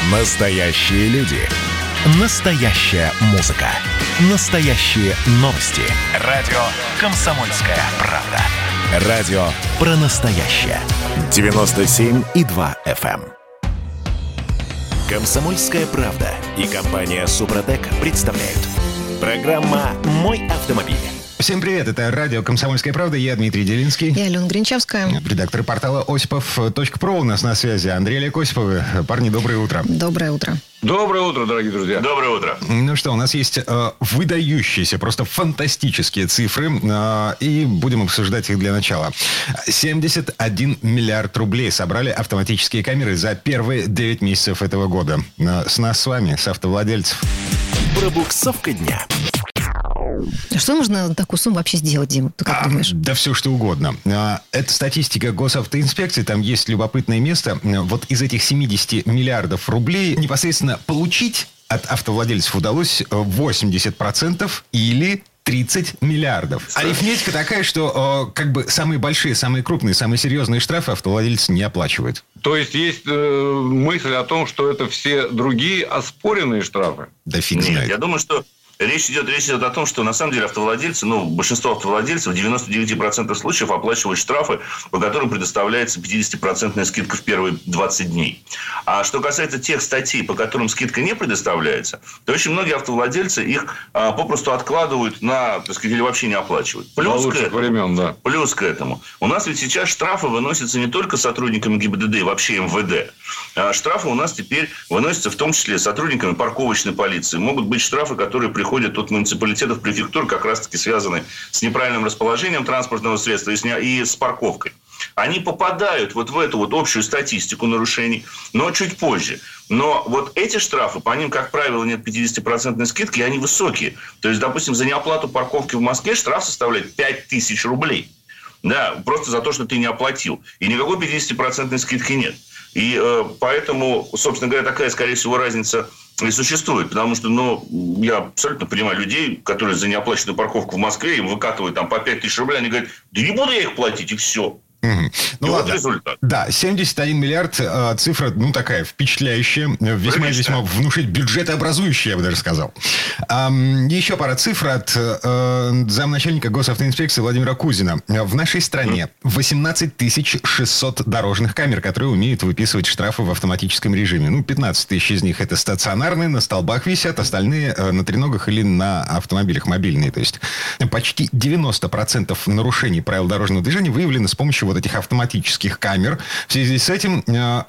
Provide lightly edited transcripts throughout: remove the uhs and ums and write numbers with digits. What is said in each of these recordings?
Настоящие люди. Настоящая музыка. Настоящие новости. Радио «Комсомольская правда». Радио про настоящее. 97,2 FM. «Комсомольская правда» и компания «Супротек» представляют. Программа «Мой автомобиль». Всем привет, это радио «Комсомольская правда», я Дмитрий Делинский. Я Алена Гринчевская. Редактор портала Осипов.про у нас на связи. Андрей Олег Осиповы. Парни, доброе утро. Доброе утро. Доброе утро, дорогие друзья. Доброе утро. Ну что, у нас есть выдающиеся, просто фантастические цифры, и будем обсуждать их для начала. 71 миллиард рублей собрали автоматические камеры за первые 9 месяцев этого года. С нас с вами, с автовладельцев. Пробуксовка дня. Что нужно на такую сумму вообще сделать, Дима? Ты как думаешь? Да все, что угодно. Это статистика госавтоинспекции. Там есть любопытное место. Вот из этих 70 миллиардов рублей непосредственно получить от автовладельцев удалось 80% или 30 миллиардов. Арифметика такая, что как бы самые большие, самые крупные, самые серьезные штрафы автовладельцы не оплачивают. То есть мысль о том, что это все другие оспоренные штрафы? Да фиг знает. Нет, я думаю, что Речь идет о том, что на самом деле автовладельцы, большинство автовладельцев в 99% случаев оплачивают штрафы, по которым предоставляется 50% скидка в первые 20 дней. А что касается тех статей, по которым скидка не предоставляется, то очень многие автовладельцы их попросту откладывают или вообще не оплачивают. Плюс к этому. У нас ведь сейчас штрафы выносятся не только сотрудниками ГИБДД и вообще МВД. Штрафы у нас теперь выносятся в том числе сотрудниками парковочной полиции. Могут быть штрафы, которые приходят от муниципалитетов, префектур, как раз-таки связаны с неправильным расположением транспортного средства и с парковкой. Они попадают вот в эту вот общую статистику нарушений, но чуть позже. Но вот эти штрафы, по ним, как правило, нет 50% скидки, и они высокие. То есть, допустим, за неоплату парковки в Москве штраф составляет 5000 рублей. Да, просто за то, что ты не оплатил. И никакой 50% скидки нет. И поэтому, собственно говоря, такая, скорее всего, разница и существует. Потому что, я абсолютно понимаю людей, которые за неоплаченную парковку в Москве им выкатывают там по 5000 рублей, они говорят, да не буду я их платить, и все. Ну и ладно. вот результат. Да, 71 миллиард, цифра, такая впечатляющая, весьма бюджетообразующая, я бы даже сказал. Еще пара цифр от замначальника госавтоинспекции Владимира Кузина. В нашей стране 18 600 дорожных камер, которые умеют выписывать штрафы в автоматическом режиме. 15 тысяч из них это стационарные, на столбах висят, остальные на треногах или на автомобилях мобильные. То есть почти 90% нарушений правил дорожного движения выявлено с помощью вот этих автоматических камер. В связи с этим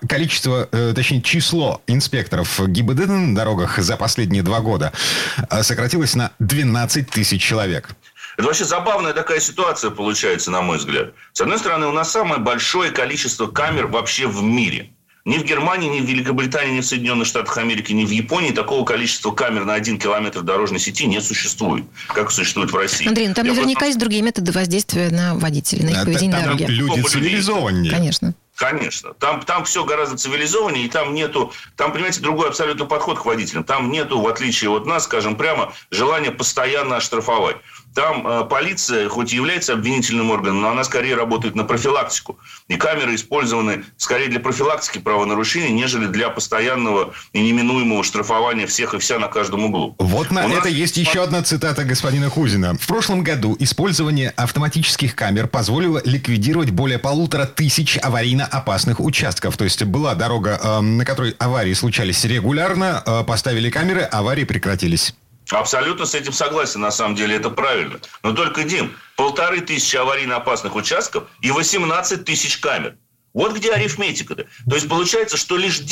число инспекторов ГИБДД на дорогах за последние 2 года сократилось на 12 тысяч человек. Это вообще забавная такая ситуация получается, на мой взгляд. С одной стороны, у нас самое большое количество камер вообще в мире. Ни в Германии, ни в Великобритании, ни в Соединенных Штатах Америки, ни в Японии такого количества камер на 1 километр дорожной сети не существует, как существует в России. Андрей, там наверняка есть другие методы воздействия на водителей, на их поведение дороги. Люди цивилизованнее. Конечно. Конечно. Там все гораздо цивилизованнее, и там, понимаете, другой абсолютно подход к водителям. Там нету, в отличие от нас, скажем прямо, желания постоянно оштрафовать. Там полиция, хоть и является обвинительным органом, но она скорее работает на профилактику. И камеры использованы скорее для профилактики правонарушений, нежели для постоянного и неминуемого штрафования всех и вся на каждом углу. Вот на это есть еще одна цитата господина Кузина. В прошлом году использование автоматических камер позволило ликвидировать более 1500 аварийно опасных участков. То есть была дорога, на которой аварии случались регулярно, поставили камеры, аварии прекратились. Абсолютно с этим согласен, на самом деле, это правильно. Но только, Дим, 1500 аварийно опасных участков и 18 тысяч камер. Вот где арифметика-то. То есть получается, что лишь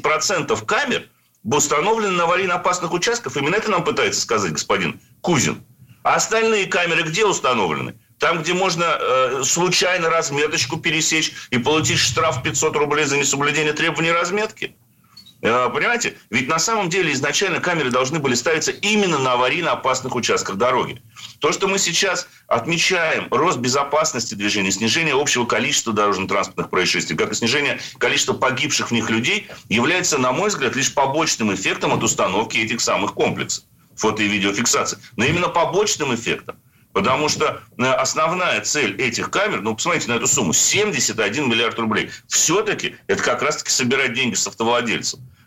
10% камер установлены на аварийно опасных участках. Именно это нам пытается сказать господин Кузин. А остальные камеры где установлены? Там, где можно случайно разметочку пересечь и получить штраф 500 рублей за несоблюдение требований разметки. Понимаете? Ведь на самом деле изначально камеры должны были ставиться именно на аварийно опасных участках дороги. То, что мы сейчас отмечаем рост безопасности движения, снижение общего количества дорожно-транспортных происшествий, как и снижение количества погибших в них людей, является, на мой взгляд, лишь побочным эффектом от установки этих самых комплексов фото- и видеофиксации. Но именно побочным эффектом. Потому что основная цель этих камер, посмотрите на эту сумму, 71 миллиард рублей. Все-таки это как раз-таки собирать деньги с автовладельцев.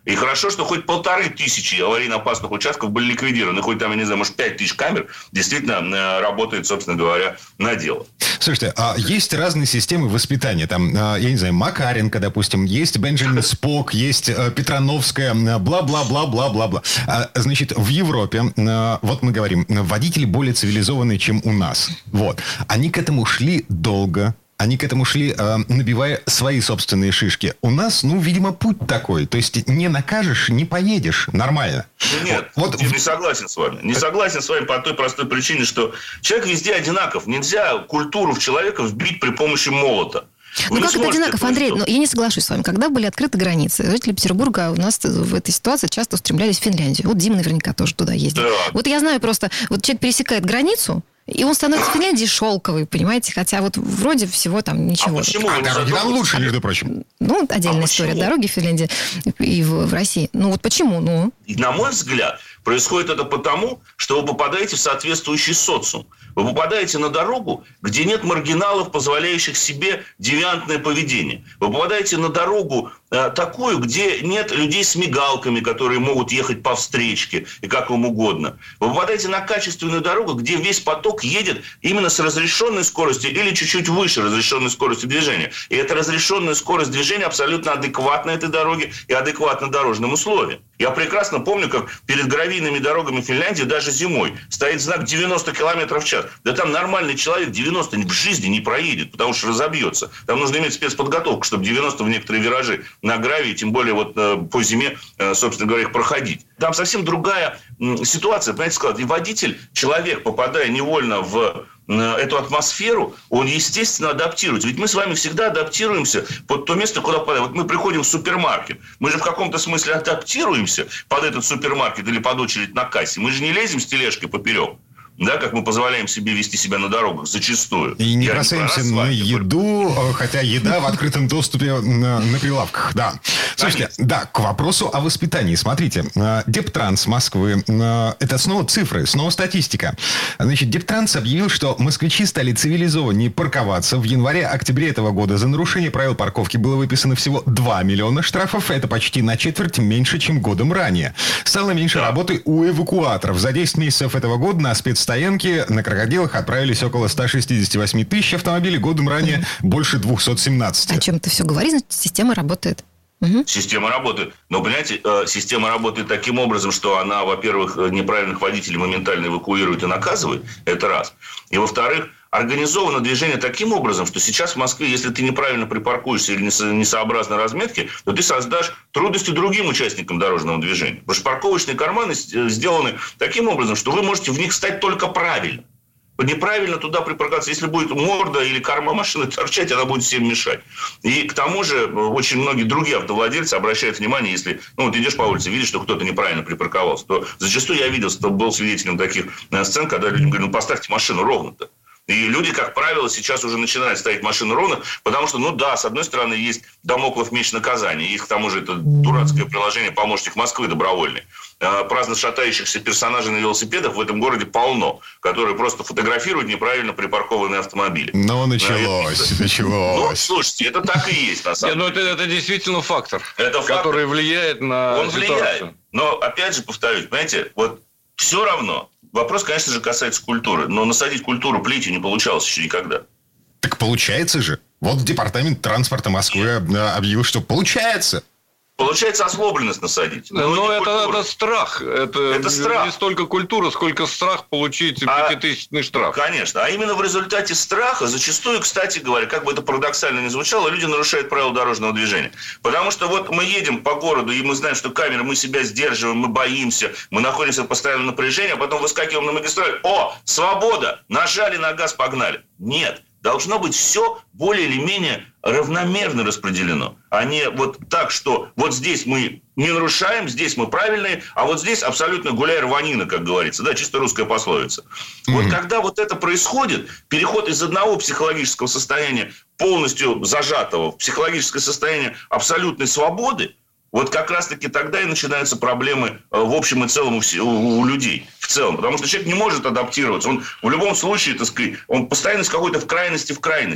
И хорошо, что хоть 1500 аварийно-опасных участков были ликвидированы. Хоть там, я не знаю, может, 5000 камер действительно работает, собственно говоря, на дело. Слушайте, есть разные системы воспитания. Там, я не знаю, Макаренко, допустим, есть Бенджамин Спок, есть Петрановская, бла-бла-бла-бла-бла-бла. Значит, в Европе, вот мы говорим, водители более цивилизованные, чем у нас. Вот. Они к этому шли долго. Они к этому шли, набивая свои собственные шишки. У нас, видимо, путь такой. То есть, не накажешь, не поедешь. Нормально. Нет, не согласен с вами. Не согласен с вами по той простой причине, что человек везде одинаков. Нельзя культуру в человека вбить при помощи молота. Как это одинаков, Андрей? Но я не соглашусь с вами. Когда были открыты границы, жители Петербурга у нас в этой ситуации часто устремлялись в Финляндию. Вот Дима наверняка тоже туда ездил. Да. Вот я знаю просто, вот человек пересекает границу, и он становится в Финляндии шелковый, понимаете? Хотя вот вроде всего там ничего. Почему? Дороги там лучше, между прочим. Отдельная история. Дороги в Финляндии и в России. Вот почему? И, на мой взгляд, происходит это потому, что вы попадаете в соответствующий социум. Вы попадаете на дорогу, где нет маргиналов, позволяющих себе девиантное поведение. Вы попадаете на дорогу такую, где нет людей с мигалками, которые могут ехать по встречке и как вам угодно. Вы попадаете на качественную дорогу, где весь поток едет именно с разрешенной скоростью или чуть-чуть выше разрешенной скоростью движения. И эта разрешенная скорость движения абсолютно адекватна этой дороге и адекватна дорожным условиям. Я прекрасно помню, как перед гравийными дорогами Финляндии даже зимой стоит знак 90 км в час. Да там нормальный человек 90 в жизни не проедет, потому что разобьется. Там нужно иметь спецподготовку, чтобы 90 в некоторые виражи на гравии, тем более по зиме, собственно говоря, их проходить. Там совсем другая ситуация, понимаете, сказать. И водитель, человек, попадая невольно в эту атмосферу, он, естественно, адаптируется. Ведь мы с вами всегда адаптируемся под то место, куда попадаем. Вот мы приходим в супермаркет. Мы же в каком-то смысле адаптируемся под этот супермаркет или под очередь на кассе. Мы же не лезем с тележкой поперек. Да, как мы позволяем себе вести себя на дорогах зачастую. И не бросаемся на еду, хотя еда в открытом доступе на прилавках. Да. Слушайте, к вопросу о воспитании. Смотрите, Дептранс Москвы, это снова цифры, снова статистика. Значит, Дептранс объявил, что москвичи стали цивилизованнее парковаться. В январе-октябре этого года за нарушение правил парковки было выписано всего 2 миллиона штрафов. Это почти на четверть меньше, чем годом ранее. Стало меньше работы у эвакуаторов. За 10 месяцев этого года на спецстоянки на крокодилах отправились около 168 тысяч автомобилей. Годом ранее больше 217. О чем ты все говоришь? Значит, система работает. Система работает. Но, понимаете, система работает таким образом, что она, во-первых, неправильных водителей моментально эвакуирует и наказывает. Это раз. И, во-вторых, организовано движение таким образом, что сейчас в Москве, если ты неправильно припаркуешься или несообразно разметке, то ты создашь трудности другим участникам дорожного движения. Потому что парковочные карманы сделаны таким образом, что вы можете в них стать только правильно. Неправильно туда припарковаться. Если будет морда или корма машины торчать, она будет всем мешать. И к тому же очень многие другие автовладельцы обращают внимание, если идешь по улице, видишь, что кто-то неправильно припарковался, то зачастую я видел, что был свидетелем таких сцен, когда людям говорят, поставьте машину ровно-то. И люди, как правило, сейчас уже начинают ставить машину ровно, потому что, с одной стороны, есть дамоклов меч наказания. Их, к тому же, это дурацкое приложение «Помощник Москвы» добровольный. Праздно шатающихся персонажей на велосипедах в этом городе полно, которые просто фотографируют неправильно припаркованные автомобили. Началось. Слушайте, это так и есть, на самом деле. Это действительно фактор, который влияет на ситуацию. Влияет. Но, опять же, повторюсь, понимаете, все равно. Вопрос, конечно же, касается культуры. Но насадить культуру плетью не получалось еще никогда. Так получается же. Вот департамент транспорта Москвы объявил, что получается. Получается озлобленность насадить. Но это страх. Это страх. Не столько культура, сколько страх получить 5000-ный штраф. Конечно. А именно в результате страха зачастую, кстати говоря, как бы это парадоксально ни звучало, люди нарушают правила дорожного движения. Потому что мы едем по городу, и мы знаем, что камеры, мы себя сдерживаем, мы боимся, мы находимся в постоянном напряжении, а потом выскакиваем на магистраль. Свобода! Нажали на газ, погнали. Нет. Должно быть все более или менее равномерно распределено. А не так, что здесь мы не нарушаем, здесь мы правильные, а здесь абсолютно гуляй рванина, как говорится. Да, чисто русская пословица. Когда это происходит, переход из одного психологического состояния, полностью зажатого, в психологическое состояние абсолютной свободы, как раз-таки тогда и начинаются проблемы в общем и целом у людей. В целом. Потому что человек не может адаптироваться. Он в любом случае, он постоянно из какой-то в крайность.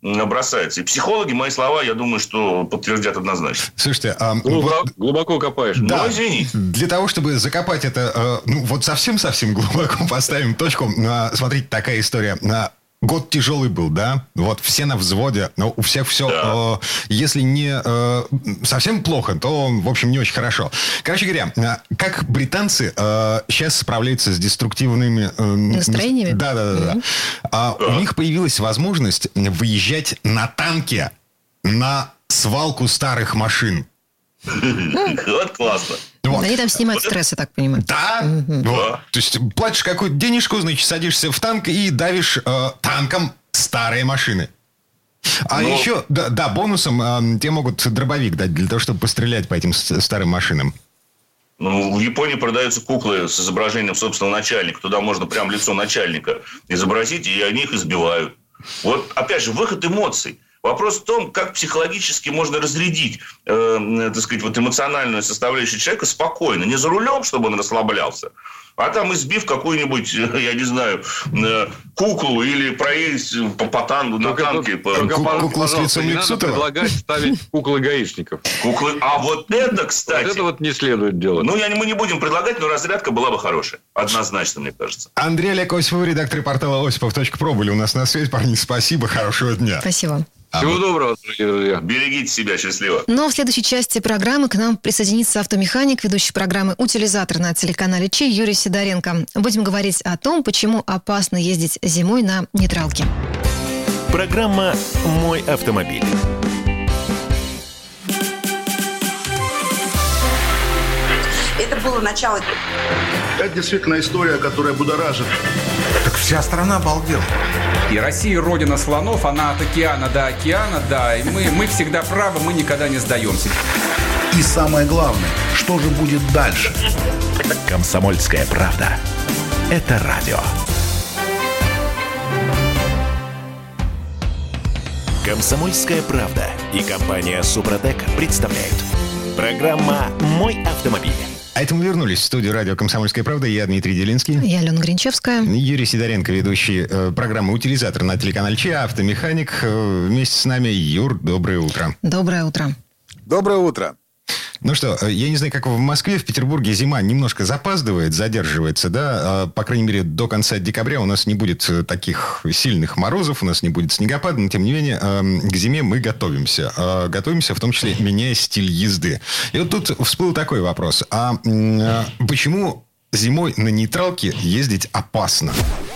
бросается. И психологи мои слова, я думаю, что подтвердят однозначно. Слушайте, глубоко копаешь. Да, ну, извини. Для того, чтобы закопать это, вот совсем-совсем глубоко поставим точку. Смотрите, такая история. Год тяжелый был, да? Вот все на взводе, но у всех все, да. Если не совсем плохо, то, в общем, не очень хорошо. Короче говоря, как британцы сейчас справляются с деструктивными настроениями? Да. У них появилась возможность выезжать на танке на свалку старых машин. Вот классно. Вот. Они там снимают стресс, я так понимаю. Да. Вот. То есть платишь какую-то денежку, значит, садишься в танк и давишь танком старые машины. А еще, да, бонусом тебе могут дробовик дать для того, чтобы пострелять по этим старым машинам. Ну, в Японии продаются куклы с изображением собственного начальника. Туда можно прям лицо начальника изобразить, и они их избивают. Вот, опять же, выход эмоций. Вопрос в том, как психологически можно разрядить, так сказать, вот эмоциональную составляющую человека спокойно. Не за рулем, чтобы он расслаблялся, а там избив какую-нибудь, я не знаю, куклу или проесть по танку, на танке. Куклу с лицом Лексутова? Не надо предлагать ставить куклы гаишников. А вот это, кстати... Вот это вот не следует делать. Ну, мы не будем предлагать, но разрядка была бы хорошая. Однозначно, мне кажется. Андрей Олег Осипов, редактор портала Осипов.про были у нас на связи. Парни, спасибо, хорошего дня. Спасибо. Всего доброго, дорогие друзья. Берегите себя, счастливо. Но в следующей части программы к нам присоединится автомеханик, ведущий программы «Утилизатор» на телеканале ЧИ Юрий Сидоренко. Будем говорить о том, почему опасно ездить зимой на нейтралке. Программа «Мой автомобиль». Это было начало. Это действительно история, которая будоражит. Так вся страна обалдела. И Россия родина слонов, она от океана до океана, да. И мы всегда правы, мы никогда не сдаемся. И самое главное, что же будет дальше? «Комсомольская правда». Это радио. «Комсомольская правда» и компания «Супротек» представляют. Программа «Мой автомобиль». А это мы вернулись в студию радио «Комсомольская правда». Я Дмитрий Делинский. Я Алена Гринчевская. Юрий Сидоренко, ведущий программы «Утилизатор» на телеканале ЧИ, автомеханик. Вместе с нами. Юр, доброе утро. Доброе утро. Доброе утро. Ну что, я не знаю, как в Москве, в Петербурге зима немножко запаздывает, задерживается, да? По крайней мере, до конца декабря у нас не будет таких сильных морозов, у нас не будет снегопада, но, тем не менее, к зиме мы готовимся. Готовимся, в том числе, меняя стиль езды. И вот тут всплыл такой вопрос. А почему зимой на нейтралке ездить опасно?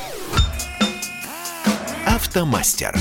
Автомастер.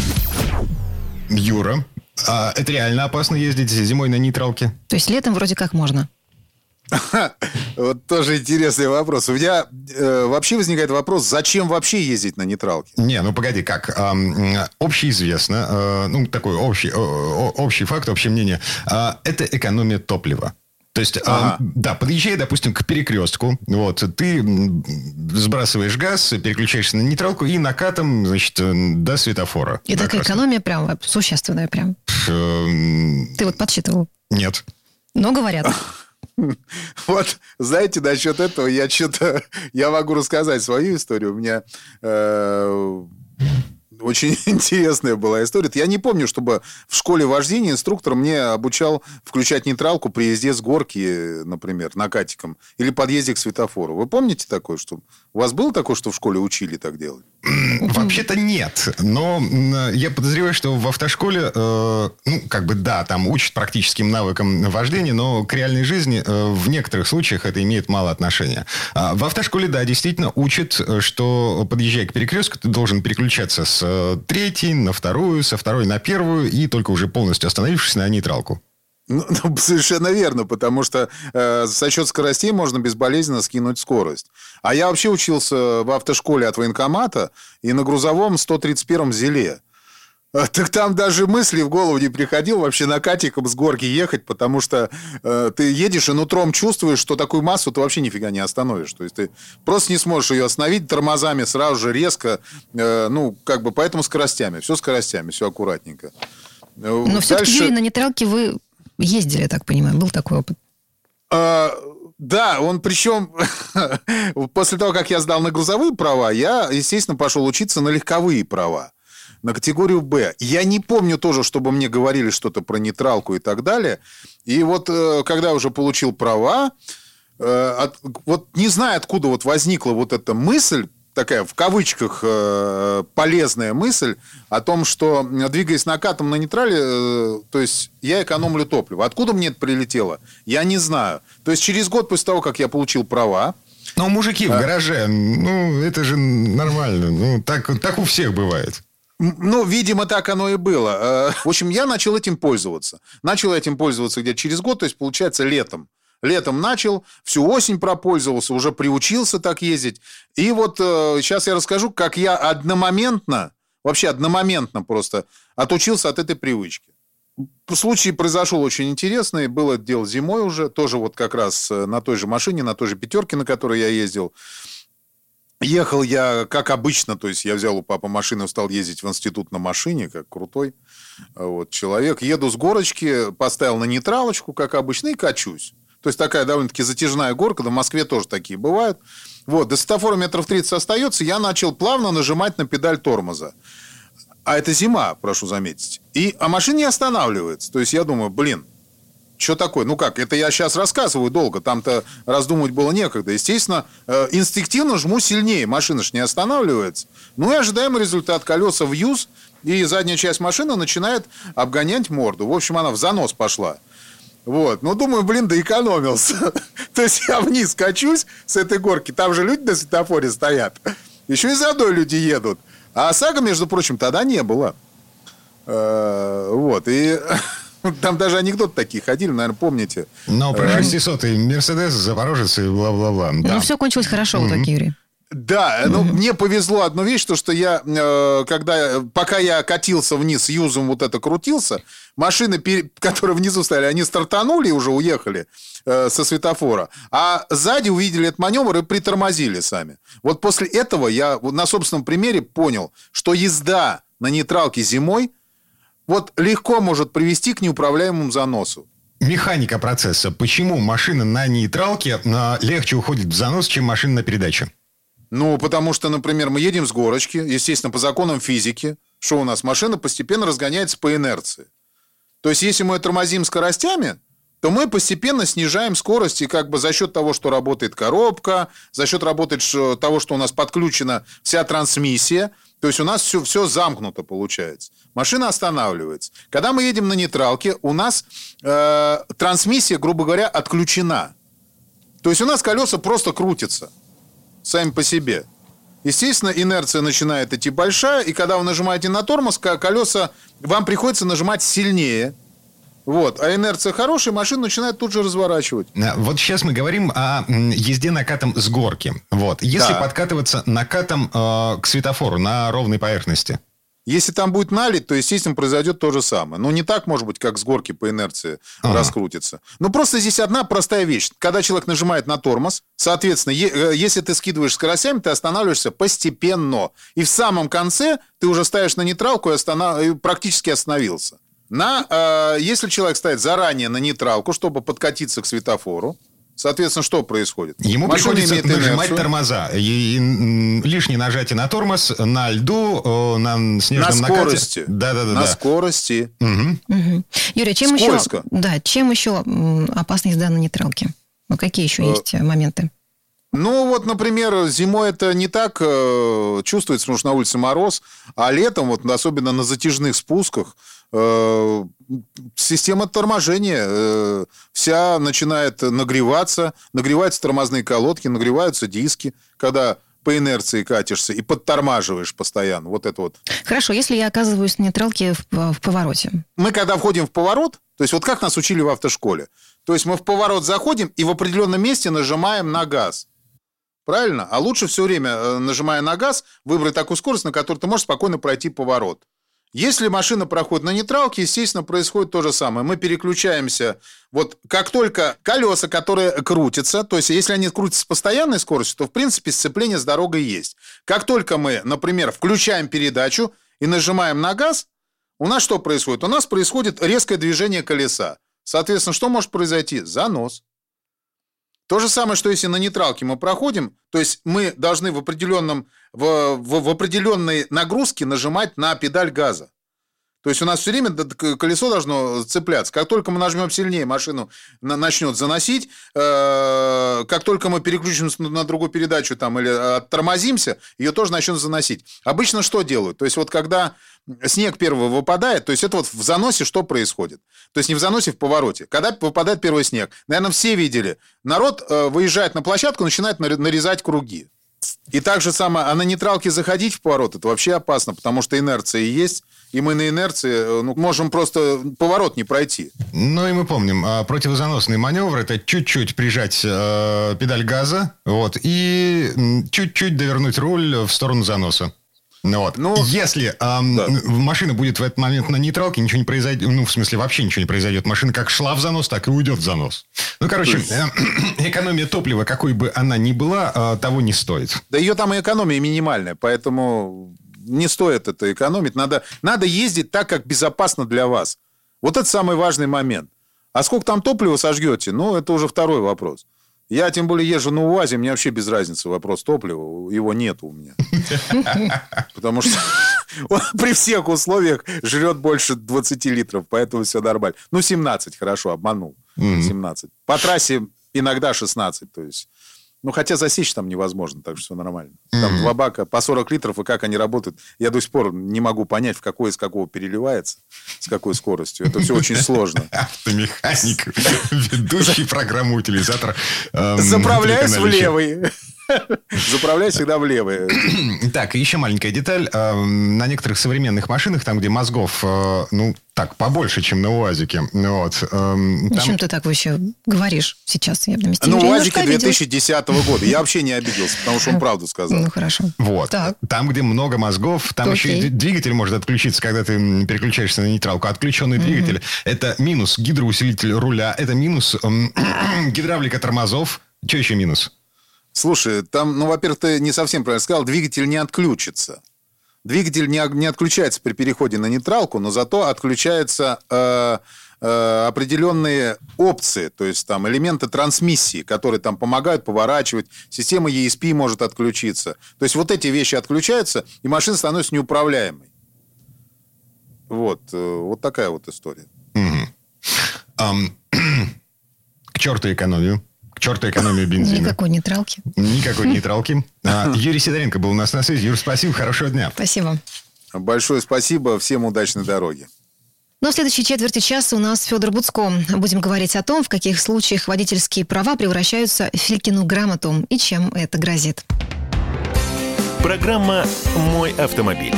Юра, это реально опасно ездить зимой на нейтралке? То есть летом вроде как можно? Вот тоже интересный вопрос. У меня вообще возникает вопрос, зачем вообще ездить на нейтралке? Не, ну погоди, как? Общеизвестно, такой общий факт, общее мнение, это экономия топлива. То есть, да, подъезжая, допустим, к перекрестку, вот, ты сбрасываешь газ, переключаешься на нейтралку и накатом, значит, до светофора. И такая экономия прям существенная прям. Ты вот подсчитывал? Нет. Но говорят. Вот, знаете, насчет этого я могу рассказать свою историю. У меня очень интересная была история. Я не помню, чтобы в школе вождения инструктор мне обучал включать нейтралку при езде с горки, например, накатиком, или подъезде к светофору. Вы помните такое, что... У вас было такое, что в школе учили так делать? Вообще-то нет. Но я подозреваю, что в автошколе, да, там учат практическим навыкам вождения, но к реальной жизни в некоторых случаях это имеет мало отношения. В автошколе, да, действительно учат, что, подъезжая к перекрестку, ты должен переключаться с третьей на вторую, со второй на первую, и только уже полностью остановившись на нейтралку. Совершенно верно, потому что за счет скоростей можно безболезненно скинуть скорость. А я вообще учился в автошколе от военкомата и на грузовом 131-м «Зеле». Так там даже мысли в голову не приходило вообще накатиком с горки ехать, потому что ты едешь и нутром чувствуешь, что такую массу ты вообще нифига не остановишь. То есть ты просто не сможешь ее остановить тормозами сразу же резко, поэтому скоростями. Все скоростями, все аккуратненько. Но все-таки, Юрий, на нейтралке вы ездили, я так понимаю, был такой опыт? Да, он причем после того, как я сдал на грузовые права, я, естественно, пошел учиться на легковые права. на категорию «Б». Я не помню тоже, чтобы мне говорили что-то про нейтралку и так далее. И вот когда я уже получил права, вот не знаю, откуда вот возникла вот эта мысль, такая в кавычках полезная мысль о том, что, двигаясь накатом на нейтрале, то есть я экономлю топливо. Откуда мне это прилетело? Я не знаю. То есть через год после того, как я получил права. Но мужики в гараже, ну, это же нормально. Ну, так у всех бывает. Ну, видимо, так оно и было. В общем, я начал этим пользоваться. Начал этим пользоваться где-то через год, то есть, получается, летом. Летом начал, всю осень пропользовался, уже приучился так ездить. И вот сейчас я расскажу, как я одномоментно просто отучился от этой привычки. Случай произошел очень интересный. Было дело зимой уже, тоже вот как раз на той же машине, на той же пятерке, на которой я ездил. Ехал я, как обычно, то есть я взял у папы машину, стал ездить в институт на машине, как крутой вот человек. Еду с горочки, поставил на нейтралочку, как обычно, и качусь. То есть такая довольно-таки затяжная горка, да в Москве тоже такие бывают. Вот, до светофора метров 30 остается, я начал плавно нажимать на педаль тормоза. А это зима, прошу заметить. А машина не останавливается. То есть я думаю, что такое? Ну как, это я сейчас рассказываю долго, там-то раздумывать было некогда. Естественно, инстинктивно жму сильнее, машина ж не останавливается. Ну и ожидаемый результат. Колеса в юз, и задняя часть машины начинает обгонять морду. В общем, она в занос пошла. Вот, ну, думаю, да экономился. То есть я вниз качусь с этой горки, там же люди на светофоре стоят. Еще и за мной люди едут. А ОСАГО, между прочим, тогда не было. Вот, и там даже анекдоты такие ходили, наверное, помните. Но про 600-й Мерседес, Запорожец и бла-бла-бла. Ну, все кончилось хорошо в итоге, Юрий. Да, ну, мне повезло одну вещь, то, что я, пока я катился вниз, юзом вот это крутился, машины, которые внизу стояли, они стартанули и уже уехали со светофора, а сзади увидели этот маневр и притормозили сами. Вот после этого я на собственном примере понял, что езда на нейтралке зимой вот легко может привести к неуправляемому заносу. Механика процесса. Почему машина на нейтралке легче уходит в занос, чем машина на передаче? Ну, потому что, например, мы едем с горочки, естественно, по законам физики. Что у нас? Машина постепенно разгоняется по инерции. То есть, если мы тормозим скоростями, то мы постепенно снижаем скорость, и как бы за счет того, что работает коробка, за счет того, что у нас подключена вся трансмиссия, то есть у нас все замкнуто получается. Машина останавливается. Когда мы едем на нейтралке, у нас трансмиссия, грубо говоря, отключена. То есть у нас колеса просто крутятся сами по себе. Естественно, инерция начинает идти большая, и когда вы нажимаете на тормоз, колеса вам приходится нажимать сильнее. Вот. А инерция хорошая, машина начинает тут же разворачивать. Вот сейчас мы говорим о езде накатом с горки. Вот. Если подкатываться накатом к светофору на ровной поверхности. Если там будет налить, то, естественно, произойдет то же самое. Ну, не так, может быть, как с горки по инерции раскрутится. Но просто здесь одна простая вещь. Когда человек нажимает на тормоз, соответственно, если ты скидываешь скоростями, ты останавливаешься постепенно. И в самом конце ты уже ставишь на нейтралку и практически остановился. Если человек ставит заранее на нейтралку, чтобы подкатиться к светофору, соответственно, что происходит? Ему приходится нажимать тормоза. И лишнее нажатие на тормоз, на льду, на снежном накате. Скорости. На скорости. Угу. Юрий, чем еще опасна езда на нейтралке? Ну, какие еще есть моменты? Ну, вот, например, зимой это не так чувствуется, потому что на улице мороз, а летом, вот, особенно на затяжных спусках, система торможения вся начинает нагреваться, нагреваются тормозные колодки, нагреваются диски, когда по инерции катишься и подтормаживаешь постоянно. Вот это вот. Хорошо, если я оказываюсь на нейтралке в повороте. Мы когда входим в поворот, то есть вот как нас учили в автошколе, то есть мы в поворот заходим и в определенном месте нажимаем на газ. Правильно? А лучше все время, нажимая на газ, выбрать такую скорость, на которой ты можешь спокойно пройти поворот. Если машина проходит на нейтралке, естественно, происходит то же самое. Мы переключаемся, вот как только колеса, которые крутятся, то есть если они крутятся с постоянной скоростью, то, в принципе, сцепление с дорогой есть. Как только мы, например, включаем передачу и нажимаем на газ, у нас что происходит? У нас происходит резкое движение колеса. Соответственно, что может произойти? Занос. То же самое, что если на нейтралке мы проходим, то есть мы должны в определенном в определенной нагрузке нажимать на педаль газа. То есть у нас все время колесо должно цепляться. Как только мы нажмем сильнее, машину начнет заносить. Как только мы переключимся на другую передачу там, или оттормозимся, ее тоже начнет заносить. Обычно что делают? То есть вот когда снег первый выпадает, то есть это вот в заносе что происходит? То есть не в заносе, в повороте. Когда выпадает первый снег, наверное, все видели. Народ выезжает на площадку, начинает нарезать круги. И так же самое, а на нейтралке заходить в поворот, это вообще опасно, потому что инерция есть. И мы на инерции можем просто поворот не пройти. Ну и мы помним, противозаносный маневр – это чуть-чуть прижать педаль газа и чуть-чуть довернуть руль в сторону заноса. Вот. Если машина будет в этот момент на нейтралке, ничего не произойдет. В смысле, вообще ничего не произойдет. Машина как шла в занос, так и уйдет в занос. Экономия топлива, какой бы она ни была, того не стоит. Да ее там и экономия минимальная, поэтому... Не стоит это экономить. Надо ездить так, как безопасно для вас. Вот это самый важный момент. А сколько там топлива сожгете, это уже второй вопрос. Я, тем более, езжу на УАЗе, мне вообще без разницы вопрос топлива. Его нету у меня. Потому что он при всех условиях жрет больше 20 литров, поэтому все нормально. 17, хорошо, обманул. 17. По трассе иногда 16, то есть... хотя засечь там невозможно, так что все нормально. Там 2 бака по 40 литров, и как они работают, я до сих пор не могу понять, в какой из какого переливается, с какой скоростью. Это все очень сложно. Автомеханик, ведущий программу утилизатор. Заправляюсь в левый. Заправляй всегда в левый. Так, еще маленькая деталь. На некоторых современных машинах, там, где мозгов, побольше, чем на УАЗике. О чем ты так вообще говоришь сейчас? Я на месте на УАЗике 2010 года. Я вообще не обиделся, потому что он правду сказал. Хорошо. Вот. Так. Там, где много мозгов, там еще и двигатель может отключиться, когда ты переключаешься на нейтралку. Отключенный двигатель – это минус гидроусилитель руля, это минус гидравлика тормозов. Что еще минус? Слушай, там, во-первых, ты не совсем правильно сказал, двигатель не отключится. Двигатель не отключается при переходе на нейтралку, но зато отключаются определенные опции, то есть там элементы трансмиссии, которые там помогают поворачивать, система ESP может отключиться. То есть вот эти вещи отключаются, и машина становится неуправляемой. Вот такая вот история. К черту экономию. К черту экономию бензина. Никакой нейтралки. Никакой нейтралки. Юрий Сидоренко был у нас на связи. Юр, спасибо, хорошего дня. Спасибо. Большое спасибо, всем удачной дороги. В следующей четверти часа у нас Федор Буцко. Будем говорить о том, в каких случаях водительские права превращаются в Филькину грамоту и чем это грозит. Программа «Мой автомобиль».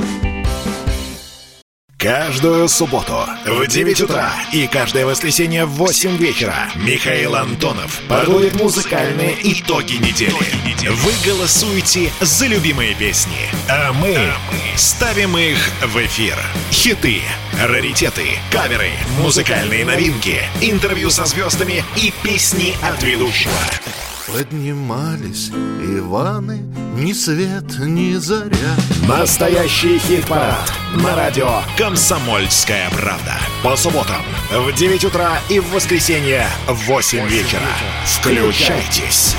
Каждую субботу в 9 утра и каждое воскресенье в 8 вечера Михаил Антонов подводит музыкальные итоги недели. Вы голосуете за любимые песни, а мы ставим их в эфир. Хиты, раритеты, каверы, музыкальные новинки, интервью со звездами и песни от ведущего. Поднимались Иваны, ни свет, ни заря. Настоящий хит-парад на радио «Комсомольская правда». По субботам в 9 утра и в воскресенье в 8 вечера. Включайтесь.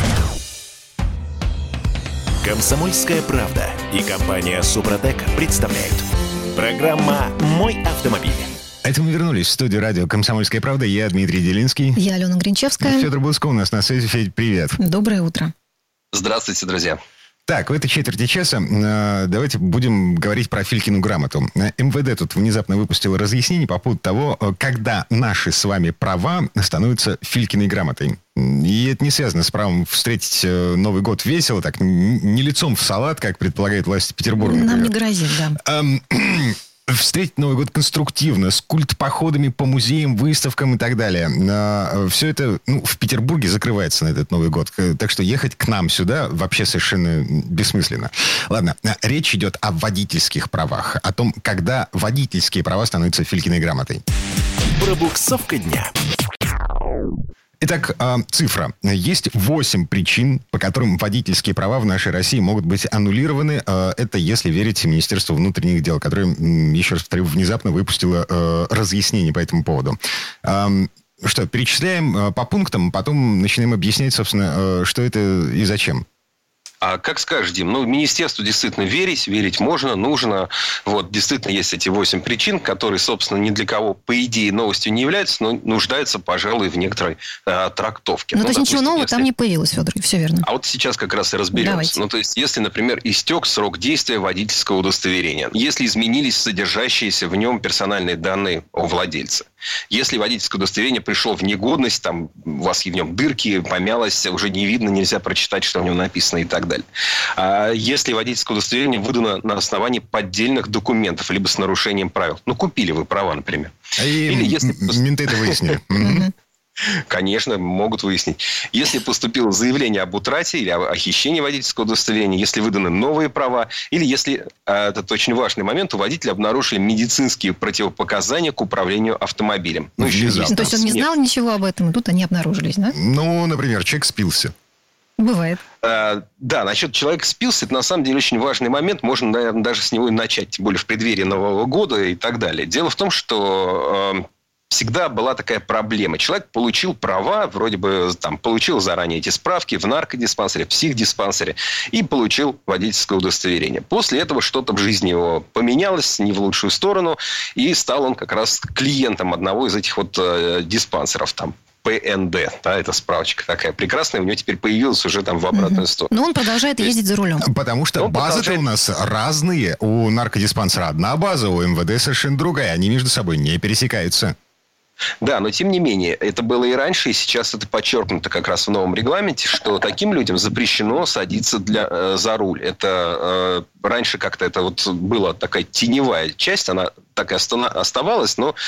«Комсомольская правда» и компания «Супротек» представляют. Программа «Мой автомобиль». Это мы вернулись в студию радио «Комсомольская правда». Я Дмитрий Делинский. Я Алена Гринчевская. Федор Буцко у нас на связи. Федь, привет. Доброе утро. Здравствуйте, друзья. Так, в этой четверти часа давайте будем говорить про Филькину грамоту. МВД тут внезапно выпустило разъяснение по поводу того, когда наши с вами права становятся Филькиной грамотой. И это не связано с правом встретить Новый год весело, так, не лицом в салат, как предполагает власть Петербурга. Нам не грозит, да. Встретить Новый год конструктивно, с культпоходами по музеям, выставкам и так далее. Все это в Петербурге закрывается на этот Новый год. Так что ехать к нам сюда вообще совершенно бессмысленно. Ладно, речь идет о водительских правах. О том, когда водительские права становятся Филькиной грамотой. Пробуксовка дня. Итак, цифра. Есть 8 причин, по которым водительские права в нашей России могут быть аннулированы. Это если верить Министерству внутренних дел, которое, еще раз повторю, внезапно выпустило разъяснение по этому поводу. Что, перечисляем по пунктам, потом начинаем объяснять, собственно, что это и зачем. А как скажешь, Дим, министерству действительно верить можно, нужно. Вот, действительно, есть эти 8 причин, которые, собственно, ни для кого, по идее, новостью не являются, но нуждаются, пожалуй, в некоторой трактовке. То есть, допустим, ничего нового там не появилось, Федор, все верно. А вот сейчас как раз и разберемся. Давайте. То есть, если, например, истек срок действия водительского удостоверения, если изменились содержащиеся в нем персональные данные о владельце, если водительское удостоверение пришло в негодность, там у вас в нем дырки, помялось, уже не видно, нельзя прочитать, что в нем написано и так далее. А если водительское удостоверение выдано на основании поддельных документов, либо с нарушением правил. Купили вы права, например. Или если менты это выяснили. Конечно, могут выяснить. Если поступило заявление об утрате или о хищении водительского удостоверения, если выданы новые права, или если, это очень важный момент, у водителя обнаружили медицинские противопоказания к управлению автомобилем. То есть он не знал ничего об этом, и тут они обнаружились, да? Например, человек спился. Бывает. Да, насчет человека спился, это на самом деле очень важный момент. Можно, наверное, даже с него и начать, тем более в преддверии Нового года и так далее. Дело в том, что всегда была такая проблема. Человек получил права, вроде бы получил заранее эти справки в наркодиспансере, в психдиспансере и получил водительское удостоверение. После этого что-то в жизни его поменялось не в лучшую сторону, и стал он как раз клиентом одного из этих диспансеров там. ПНД, это справочка такая прекрасная, у него теперь появилась уже там в обратную сторону. Но он продолжает ездить за рулем. Потому что базы-то у нас разные. У наркодиспансера одна база, у МВД совершенно другая. Они между собой не пересекаются. Да, но тем не менее, это было и раньше, и сейчас это подчеркнуто как раз в новом регламенте, что таким людям запрещено садиться за руль. Это раньше как-то это была такая теневая часть, она так и оставалась, но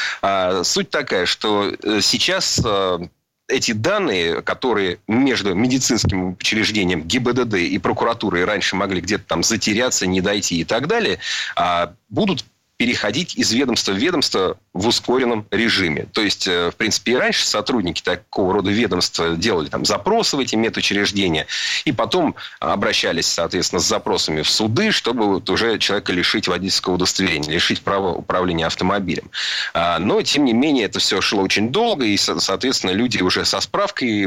суть такая, что сейчас эти данные, которые между медицинским учреждением ГИБДД и прокуратурой раньше могли где-то там затеряться, не дойти и так далее, будут переходить из ведомства в ведомство в ускоренном режиме. То есть, в принципе, и раньше сотрудники такого рода ведомства делали запросы в эти медучреждения, и потом обращались, соответственно, с запросами в суды, чтобы уже человека лишить водительского удостоверения, лишить права управления автомобилем. Но, тем не менее, это все шло очень долго, и, соответственно, люди уже со справкой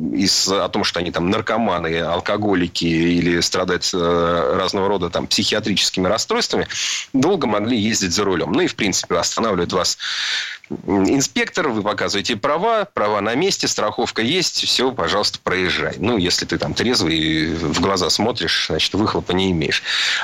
о том, что они наркоманы, алкоголики или страдают разного рода психиатрическими расстройствами, долго могли ездить за рулем. И, в принципе, останавливает вас инспектор, вы показываете права на месте, страховка есть, все, пожалуйста, проезжай. Если ты трезвый и в глаза смотришь, значит, выхлопа не имеешь.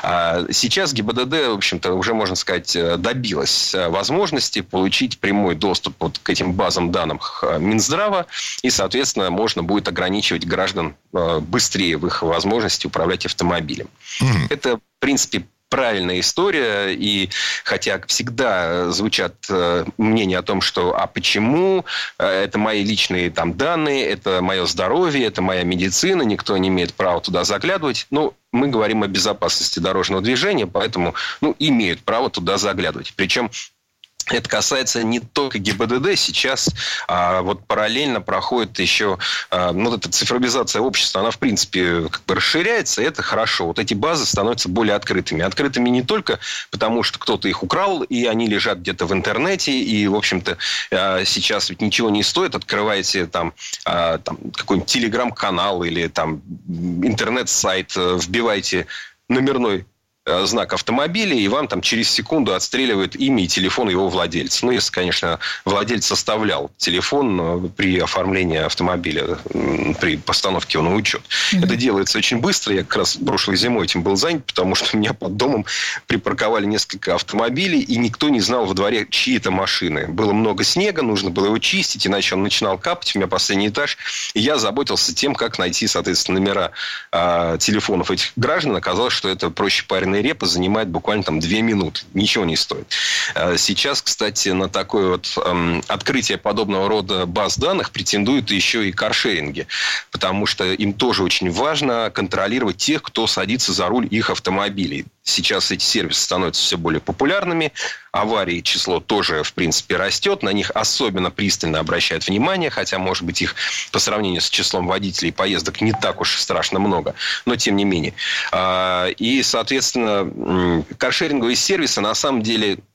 А сейчас ГИБДД, в общем-то, уже, можно сказать, добилась возможности получить прямой доступ к этим базам данных Минздрава, и, соответственно, можно будет ограничивать граждан быстрее в их возможности управлять автомобилем. Это, в принципе, правильная история, и хотя всегда звучат мнения о том, что почему, это мои личные данные, это мое здоровье, это моя медицина, никто не имеет права туда заглядывать, мы говорим о безопасности дорожного движения, поэтому имеют право туда заглядывать. Причем это касается не только ГИБДД. Сейчас параллельно проходит еще эта цифровизация общества. Она, в принципе, расширяется, и это хорошо. Эти базы становятся более открытыми. Открытыми не только потому, что кто-то их украл, и они лежат где-то в интернете, и, в общем-то, сейчас ведь ничего не стоит. Открываете какой-нибудь телеграм-канал или интернет-сайт, вбиваете номерной знак автомобиля, и вам через секунду отстреливают имя и телефон его владельца. Если, конечно, владелец составлял телефон при оформлении автомобиля, при постановке его на учет. Это делается очень быстро. Я как раз прошлой зимой этим был занят, потому что у меня под домом припарковали несколько автомобилей, и никто не знал во дворе, чьи это машины. Было много снега, нужно было его чистить, иначе он начинал капать. У меня последний этаж. И я заботился тем, как найти, соответственно, номера телефонов этих граждан. Оказалось, что это проще пареной репы, занимает буквально 2 минуты. Ничего не стоит. Сейчас, кстати, на такое открытие подобного рода баз данных претендуют еще и каршеринги. Потому что им тоже очень важно контролировать тех, кто садится за руль их автомобилей. Сейчас эти сервисы становятся все более популярными. Аварий число тоже, в принципе, растет. На них особенно пристально обращают внимание. Хотя, может быть, их по сравнению с числом водителей поездок не так уж страшно много. Но, тем не менее. И, соответственно, каршеринговые сервисы, на самом деле,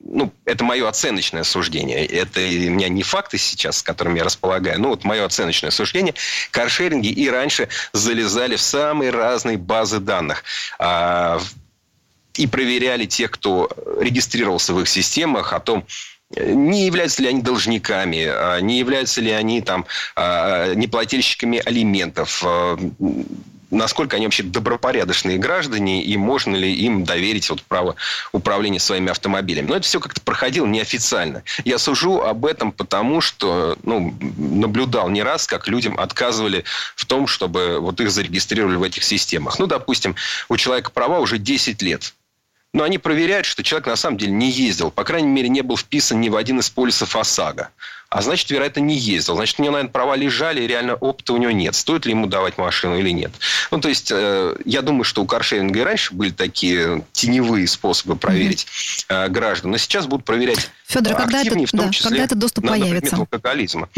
это мое оценочное суждение. Это у меня не факты сейчас, с которыми я располагаю. Вот мое оценочное суждение. Каршеринги и раньше залезали в самые разные базы данных. И проверяли тех, кто регистрировался в их системах, о том, не являются ли они должниками, не являются ли они неплательщиками алиментов, насколько они вообще добропорядочные граждане, и можно ли им доверить право управления своими автомобилями. Но это все как-то проходило неофициально. Я сужу об этом потому, что наблюдал не раз, как людям отказывали в том, чтобы их зарегистрировали в этих системах. Допустим, у человека права уже 10 лет. Но они проверяют, что человек на самом деле не ездил. По крайней мере, не был вписан ни в один из полисов ОСАГО. А значит, вероятно, не ездил. Значит, у него, наверное, права лежали, и реально опыта у него нет. Стоит ли ему давать машину или нет? То есть, я думаю, что у каршеринга и раньше были такие теневые способы проверить граждан. Но сейчас будут проверять активнее, в том числе, когда этот доступ появится. Алкоголизма.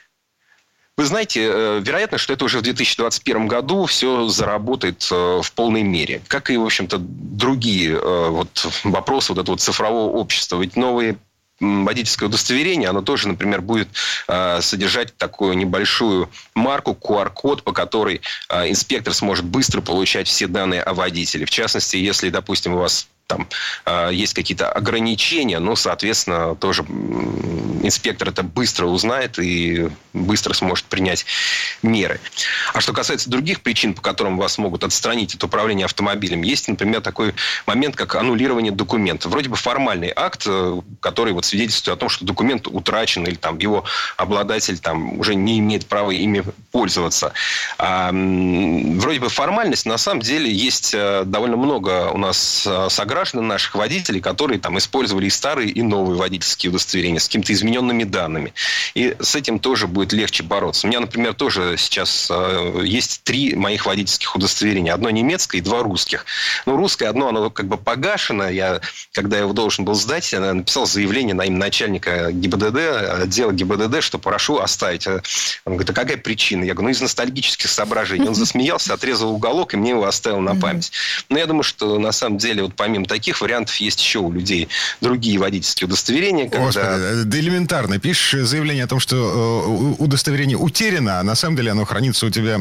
Вы знаете, вероятно, что это уже в 2021 году все заработает в полной мере. Как и, в общем-то, другие вопросы этого цифрового общества. Ведь новые водительское удостоверение, оно тоже, например, будет содержать такую небольшую марку, QR-код, по которой инспектор сможет быстро получать все данные о водителе. В частности, если, допустим, у вас есть какие-то ограничения, соответственно, тоже инспектор это быстро узнает и быстро сможет принять меры. А что касается других причин, по которым вас могут отстранить от управления автомобилем, есть, например, такой момент, как аннулирование документа. Вроде бы формальный акт, который свидетельствует о том, что документ утрачен или его обладатель уже не имеет права ими пользоваться. Вроде бы формальность, на самом деле есть довольно много у нас сограждан, наших водителей, которые использовали и старые, и новые водительские удостоверения с какими-то измененными данными. И с этим тоже будет легче бороться. У меня, например, тоже сейчас есть 3 моих водительских удостоверения. Одно немецкое и 2 русских. Русское одно, оно погашено. Когда я его должен был сдать, я написал заявление на имя начальника ГИБДД, отдела ГИБДД, что прошу оставить. Он говорит, а какая причина? Я говорю, из ностальгических соображений. Он засмеялся, отрезал уголок и мне его оставил на память. Но я думаю, что на самом деле, помимо таких вариантов, есть еще у людей другие водительские удостоверения. Господи, да элементарно. Пишешь заявление о том, что удостоверение утеряно, а на самом деле оно хранится у тебя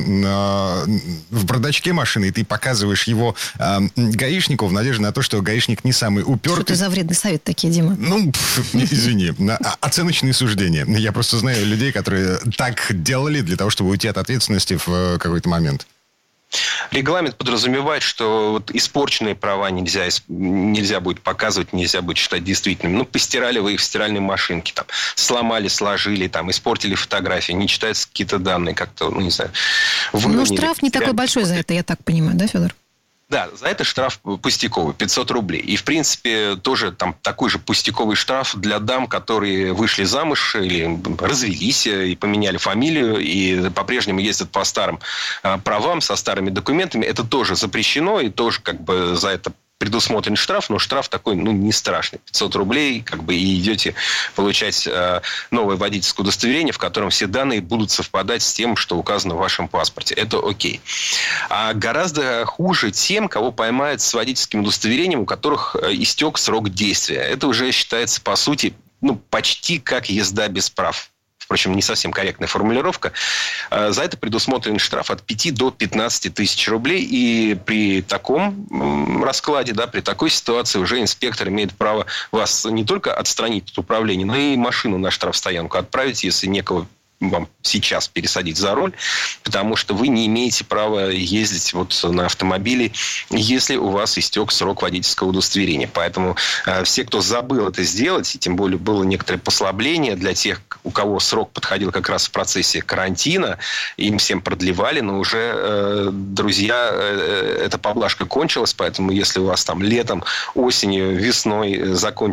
в бардачке машины, и ты показываешь его гаишнику в надежде на то, что гаишник не самый упертый. Что это за вредный совет такие, Дима? Извини. Оценочные суждения. Я просто знаю людей, которые так делали для того, чтобы уйти от ответственности в какой-то момент. Регламент подразумевает, что испорченные права нельзя будет показывать, нельзя будет считать действительными. Постирали вы их в стиральной машинке, сломали, сложили, испортили фотографии, не читаются какие-то данные, как-то, не знаю. Штраф не такой большой за это, я так понимаю, да, Федор? Да, за это штраф пустяковый, 500 рублей. И, в принципе, тоже такой же пустяковый штраф для дам, которые вышли замуж или развелись и поменяли фамилию, и по-прежнему ездят по старым правам, со старыми документами. Это тоже запрещено, и тоже за это предусмотрен штраф, но штраф такой, не страшный. 500 рублей, и идете получать новое водительское удостоверение, в котором все данные будут совпадать с тем, что указано в вашем паспорте. Это окей. А гораздо хуже тем, кого поймают с водительским удостоверением, у которых истек срок действия. Это уже считается, по сути, почти как езда без прав. Впрочем, не совсем корректная формулировка. За это предусмотрен штраф от 5 до 15 тысяч рублей. И при таком раскладе, при такой ситуации уже инспектор имеет право вас не только отстранить от управления, но и машину на штрафстоянку отправить, если некого вам сейчас пересадить за руль, потому что вы не имеете права ездить на автомобиле, если у вас истек срок водительского удостоверения. Поэтому все, кто забыл это сделать, и тем более было некоторое послабление для тех, у кого срок подходил как раз в процессе карантина, им всем продлевали, но уже, друзья, эта поблажка кончилась, поэтому если у вас летом, осенью, весной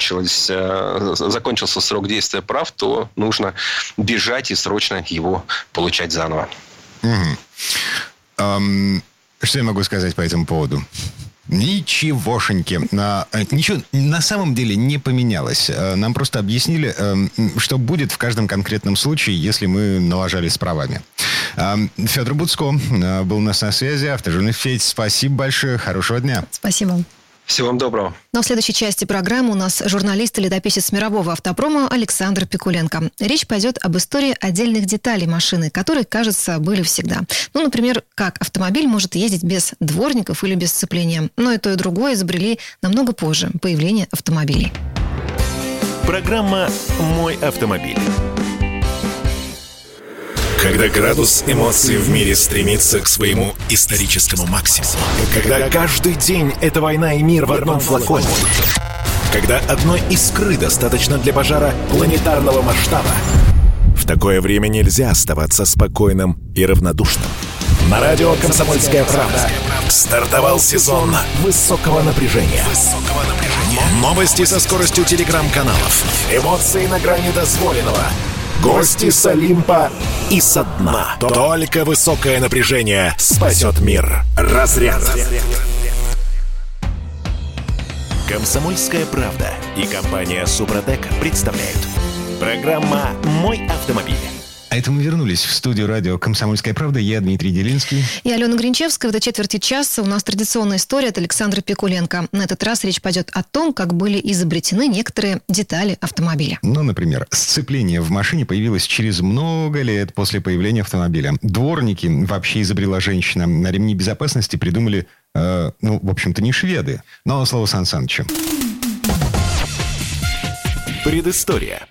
закончился срок действия прав, то нужно бежать и срочно его получать заново. Что я могу сказать по этому поводу? Ничегошеньки. Ничего на самом деле не поменялось. Нам просто объяснили, что будет в каждом конкретном случае, если мы налажали с правами. Федор Буцко был у нас на связи. Автожурналист Федь, спасибо большое. Хорошего дня. Спасибо. Всего вам доброго. Но в следующей части программы у нас журналист и летописец мирового автопрома Александр Пикуленко. Речь пойдет об истории отдельных деталей машины, которые, кажется, были всегда. Например, как автомобиль может ездить без дворников или без сцепления. Но и то, и другое изобрели намного позже появления автомобилей. Программа «Мой автомобиль». Когда градус эмоций в мире стремится к своему историческому максимуму. Когда каждый день это война и мир в одном флаконе. Когда одной искры достаточно для пожара планетарного масштаба. В такое время нельзя оставаться спокойным и равнодушным. На радио «Комсомольская правда» стартовал сезон высокого напряжения. Новости со скоростью телеграм-каналов. Эмоции на грани дозволенного. Гости с Олимпа и со дна. Только высокое напряжение спасет мир. Разряд. «Комсомольская правда» и компания «Супротек» представляют. Программа «Мой автомобиль». А это мы вернулись в студию радио «Комсомольская правда». Я Дмитрий Делинский. И Алена Гринчевская. В этой четверти часа у нас традиционная история от Александра Пикуленко. На этот раз речь пойдет о том, как были изобретены некоторые детали автомобиля. Например, сцепление в машине появилось через много лет после появления автомобиля. Дворники вообще изобрела женщина. На ремни безопасности придумали, в общем-то, не шведы. Но слово Сан Санычу. Предыстория.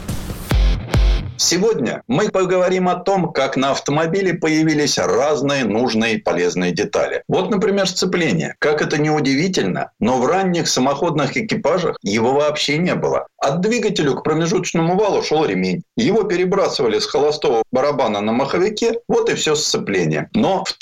Сегодня мы поговорим о том, как на автомобиле появились разные нужные и полезные детали. Вот, например, сцепление. Как это ни удивительно, но в ранних самоходных экипажах его вообще не было. От двигателя к промежуточному валу шел ремень. Его перебрасывали с холостого барабана на маховике, вот и все сцепление. Но в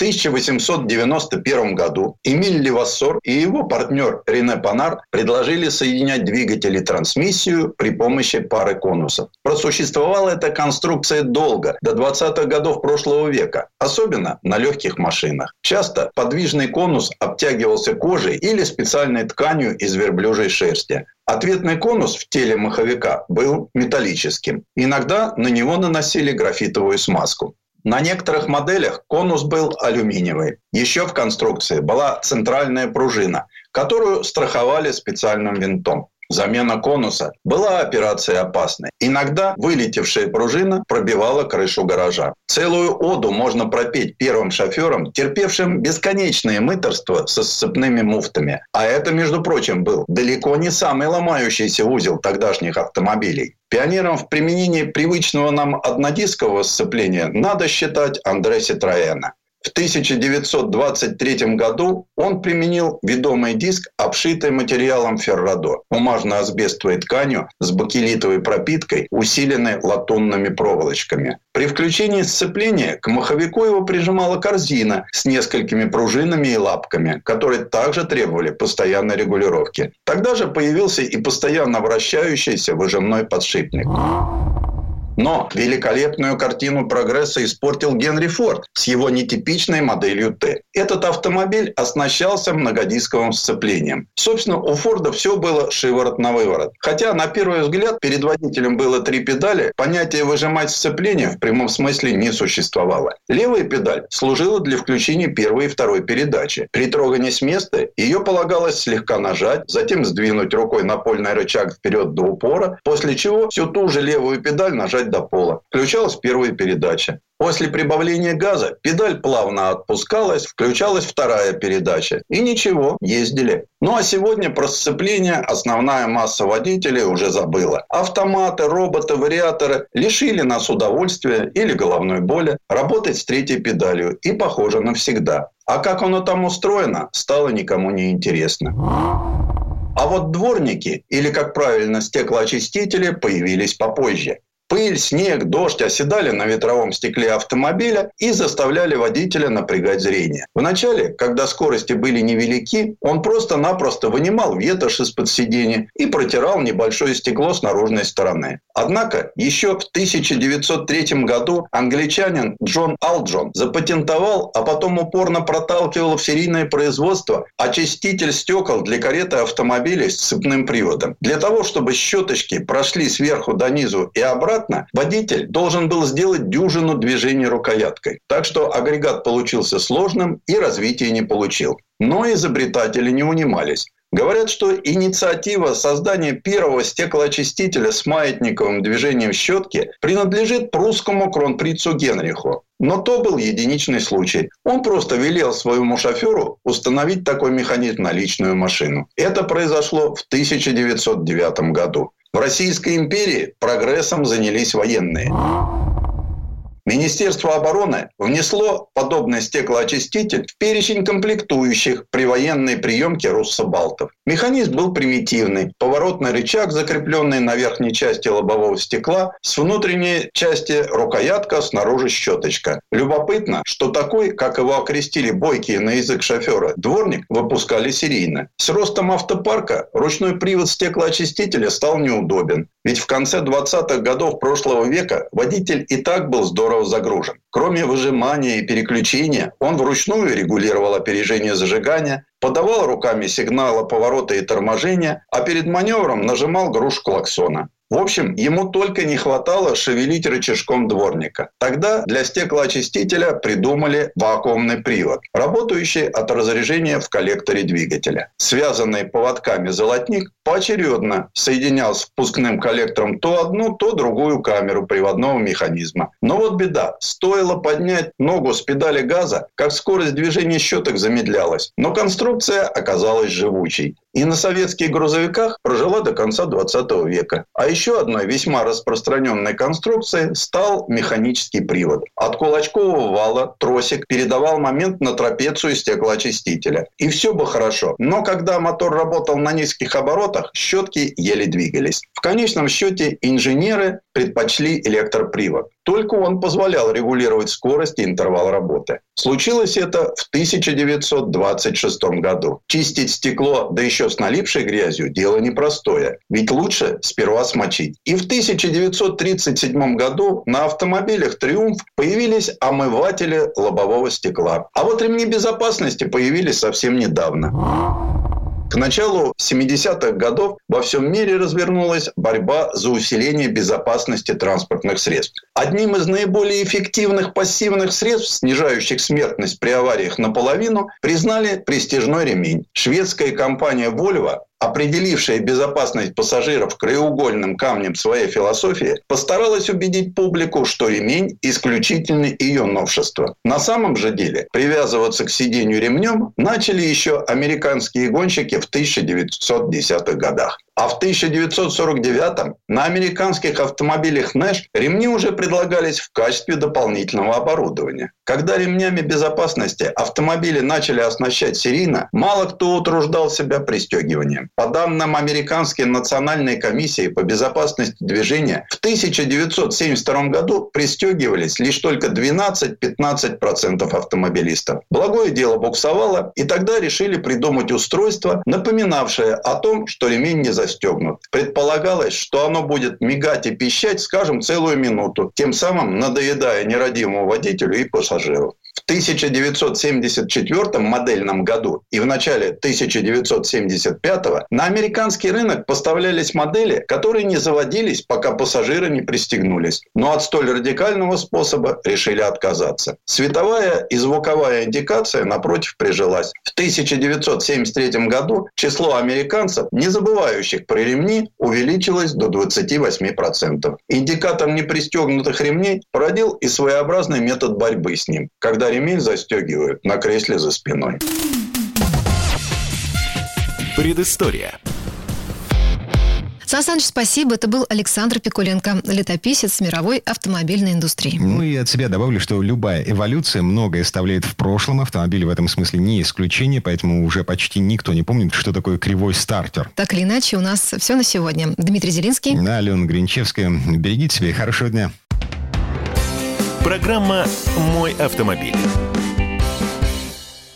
1891 году Эмиль Левассор и его партнер Рене Панар предложили соединять двигатель и трансмиссию при помощи пары конусов. Просуществовала эта конструкция долго, до 20-х годов прошлого века, особенно на легких машинах. Часто подвижный конус обтягивался кожей или специальной тканью из верблюжьей шерсти. Ответный конус в теле маховика был металлическим. Иногда на него наносили графитовую смазку. На некоторых моделях конус был алюминиевый. Еще в конструкции была центральная пружина, которую страховали специальным винтом. Замена конуса была операцией опасной. Иногда вылетевшая пружина пробивала крышу гаража. Целую оду можно пропеть первым шоферам, терпевшим бесконечные мытарства со сцепными муфтами. А это, между прочим, был далеко не самый ломающийся узел тогдашних автомобилей. Пионером в применении привычного нам однодискового сцепления надо считать Андре Ситроэна. В 1923 году он применил ведомый диск, обшитый материалом феррадо, бумажно-асбестовой тканью с бакелитовой пропиткой, усиленной латунными проволочками. При включении сцепления к маховику его прижимала корзина с несколькими пружинами и лапками, которые также требовали постоянной регулировки. Тогда же появился и постоянно вращающийся выжимной подшипник. Но великолепную картину прогресса испортил Генри Форд с его нетипичной моделью Т. Этот автомобиль оснащался многодисковым сцеплением. Собственно, у Форда все было шиворот на выворот. Хотя, на первый взгляд, перед водителем было 3 педали, понятие «выжимать сцепление» в прямом смысле не существовало. Левая педаль служила для включения первой и второй передачи. При трогании с места ее полагалось слегка нажать, затем сдвинуть рукой напольный рычаг вперед до упора, после чего всю ту же левую педаль нажать до пола. Включалась первая передача. После прибавления газа педаль плавно отпускалась, включалась вторая передача. И ничего, ездили. Ну а сегодня про сцепление основная масса водителей уже забыла. Автоматы, роботы, вариаторы лишили нас удовольствия или головной боли работать с третьей педалью. И похоже навсегда. А как оно там устроено, стало никому не интересно. А вот дворники, или как правильно стеклоочистители, появились попозже. Пыль, снег, дождь оседали на ветровом стекле автомобиля и заставляли водителя напрягать зрение. Вначале, когда скорости были невелики, он просто-напросто вынимал ветошь из-под сиденья и протирал небольшое стекло с наружной стороны. Однако еще в 1903 году англичанин Джон Алджон запатентовал, а потом упорно проталкивал в серийное производство очиститель стекол для кареты автомобилей с цепным приводом. Для того, чтобы щеточки прошли сверху до низу и обратно, водитель должен был сделать дюжину движений рукояткой. Так что агрегат получился сложным и развития не получил. Но изобретатели не унимались. Говорят, что инициатива создания первого стеклоочистителя с маятниковым движением щетки принадлежит прусскому кронпринцу Генриху. Но то был единичный случай. Он просто велел своему шоферу установить такой механизм на личную машину. Это произошло в 1909 году. В Российской империи прогрессом занялись военные. Министерство обороны внесло подобный стеклоочиститель в перечень комплектующих при военной приемке руссобалтов. Механизм был примитивный. Поворотный рычаг, закрепленный на верхней части лобового стекла, с внутренней части рукоятка, снаружи щеточка. Любопытно, что такой, как его окрестили бойкие на язык шофера, дворник выпускали серийно. С ростом автопарка ручной привод стеклоочистителя стал неудобен. Ведь в конце 20-х годов прошлого века водитель и так был здорово загружен. Кроме выжимания и переключения, он вручную регулировал опережение зажигания, подавал руками сигналы поворота и торможения, а перед маневром нажимал груш клаксона. В общем, ему только не хватало шевелить рычажком дворника. Тогда для стеклоочистителя придумали вакуумный привод, работающий от разряжения в коллекторе двигателя. Связанный поводками золотник поочередно соединял с впускным коллектором то одну, то другую камеру приводного механизма. Но вот беда. Стоило поднять ногу с педали газа, как скорость движения щеток замедлялась. Но конструкция оказалась живучей. И на советских грузовиках прожила до конца 20 века. А еще одной весьма распространенной конструкцией стал механический привод. От кулачкового вала тросик передавал момент на трапецию стеклоочистителя. И все бы хорошо. Но когда мотор работал на низких оборотах, щетки еле двигались. В конечном счете инженеры предпочли электропривод. Только он позволял регулировать скорость и интервал работы. Случилось это в 1926 году. Чистить стекло, да еще с налипшей грязью, дело непростое. Ведь лучше сперва смочить. И в 1937 году на автомобилях «Триумф» появились омыватели лобового стекла. А вот ремни безопасности появились совсем недавно. К началу 70-х годов во всем мире развернулась борьба за усиление безопасности транспортных средств. Одним из наиболее эффективных пассивных средств, снижающих смертность при авариях наполовину, признали пристяжной ремень. Шведская компания Volvo, определившая безопасность пассажиров краеугольным камнем своей философии, постаралась убедить публику, что ремень – исключительно ее новшество. На самом же деле привязываться к сиденью ремнем начали еще американские гонщики в 1910-х годах. А в 1949-м на американских автомобилях Nash ремни уже предлагались в качестве дополнительного оборудования. Когда ремнями безопасности автомобили начали оснащать серийно, мало кто утруждал себя пристегиванием. По данным Американской национальной комиссии по безопасности движения, в 1972 году пристегивались лишь только 12-15% автомобилистов. Благое дело буксовало, и тогда решили придумать устройство, напоминавшее о том, что ремень не застегнут. Предполагалось, что оно будет мигать и пищать, скажем, целую минуту, тем самым надоедая нерадивому водителю и пассажиру. В 1974 модельном году и в начале 1975 на американский рынок поставлялись модели, которые не заводились, пока пассажиры не пристегнулись. Но от столь радикального способа решили отказаться. Световая и звуковая индикация, напротив, прижилась. В 1973 году число американцев, не забывающих про ремни, увеличилось до 28%. Индикатор непристегнутых ремней породил и своеобразный метод борьбы с ним, когда ремень застегивают на кресле за спиной. Предыстория. Сан Саныч, спасибо. Это был Александр Пикуленко, летописец мировой автомобильной индустрии. Ну и от себя добавлю, что любая эволюция многое оставляет в прошлом. Автомобиль в этом смысле не исключение, поэтому уже почти никто не помнит, что такое кривой стартер. Так или иначе, у нас все на сегодня. Дмитрий Зелинский. Алена Гринчевская. Берегите себя и хорошего дня. Программа «Мой автомобиль».